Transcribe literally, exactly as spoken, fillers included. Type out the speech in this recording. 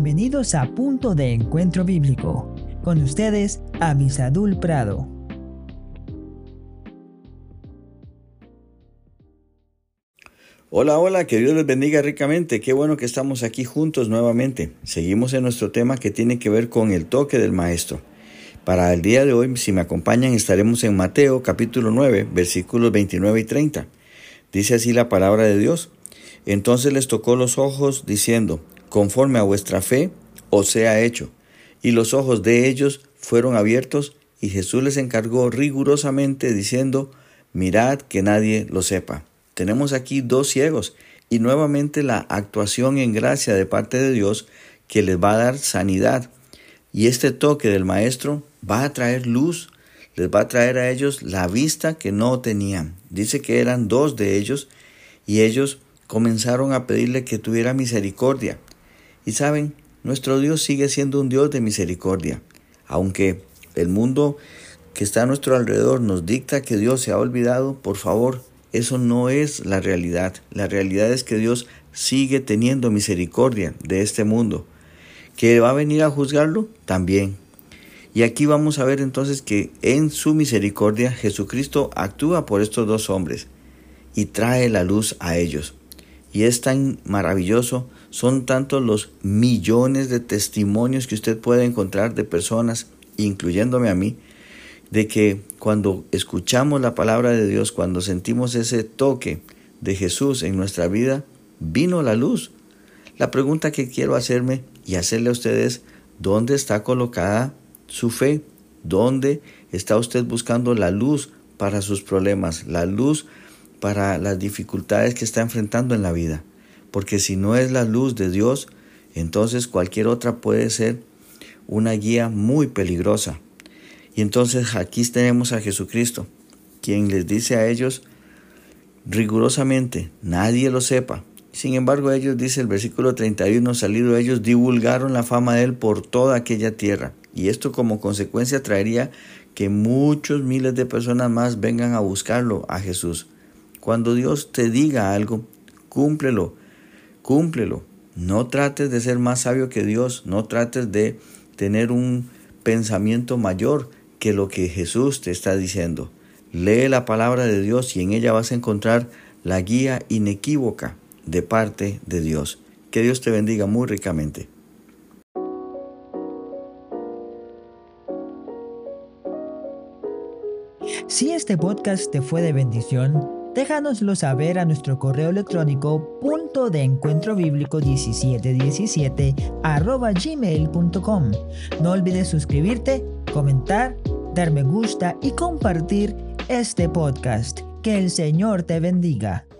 Bienvenidos a Punto de Encuentro Bíblico. Con ustedes, Abisadul Prado. Hola, hola, que Dios les bendiga ricamente. Qué bueno que estamos aquí juntos nuevamente. Seguimos en nuestro tema que tiene que ver con el toque del Maestro. Para el día de hoy, si me acompañan, estaremos en Mateo capítulo nueve, versículos veintinueve y treinta. Dice así la palabra de Dios. Entonces les tocó los ojos, diciendo, conforme a vuestra fe os sea hecho. Y los ojos de ellos fueron abiertos, y Jesús les encargó rigurosamente, diciendo, mirad que nadie lo sepa. Tenemos aquí dos ciegos, y nuevamente la actuación en gracia de parte de Dios que les va a dar sanidad. Y este toque del Maestro va a traer luz, les va a traer a ellos la vista que no tenían. Dice que eran dos de ellos, y ellos comenzaron a pedirle que tuviera misericordia. Y saben, nuestro Dios sigue siendo un Dios de misericordia. Aunque el mundo que está a nuestro alrededor nos dicta que Dios se ha olvidado, por favor, eso no es la realidad. La realidad es que Dios sigue teniendo misericordia de este mundo. ¿Que va a venir a juzgarlo? También. Y aquí vamos a ver entonces que en su misericordia Jesucristo actúa por estos dos hombres y trae la luz a ellos. Y es tan maravilloso, son tantos los millones de testimonios que usted puede encontrar de personas, incluyéndome a mí, de que cuando escuchamos la palabra de Dios, cuando sentimos ese toque de Jesús en nuestra vida, vino la luz. La pregunta que quiero hacerme y hacerle a ustedes, ¿dónde está colocada su fe? ¿Dónde está usted buscando la luz para sus problemas? La luz para las dificultades que está enfrentando en la vida. Porque si no es la luz de Dios, entonces cualquier otra puede ser una guía muy peligrosa. Y entonces aquí tenemos a Jesucristo, quien les dice a ellos rigurosamente, nadie lo sepa. Sin embargo, ellos, dice el versículo treinta y uno, salido ellos, divulgaron la fama de él por toda aquella tierra. Y esto como consecuencia traería que muchos miles de personas más vengan a buscarlo a Jesús. Cuando Dios te diga algo, cúmplelo, cúmplelo. No trates de ser más sabio que Dios, no trates de tener un pensamiento mayor que lo que Jesús te está diciendo. Lee la palabra de Dios y en ella vas a encontrar la guía inequívoca de parte de Dios. Que Dios te bendiga muy ricamente. Si este podcast te fue de bendición, déjanoslo saber a nuestro correo electrónico punto de encuentro bíblico diecisiete diecisiete arroba gmail punto com. No olvides suscribirte, comentar, dar me gusta y compartir este podcast. Que el Señor te bendiga.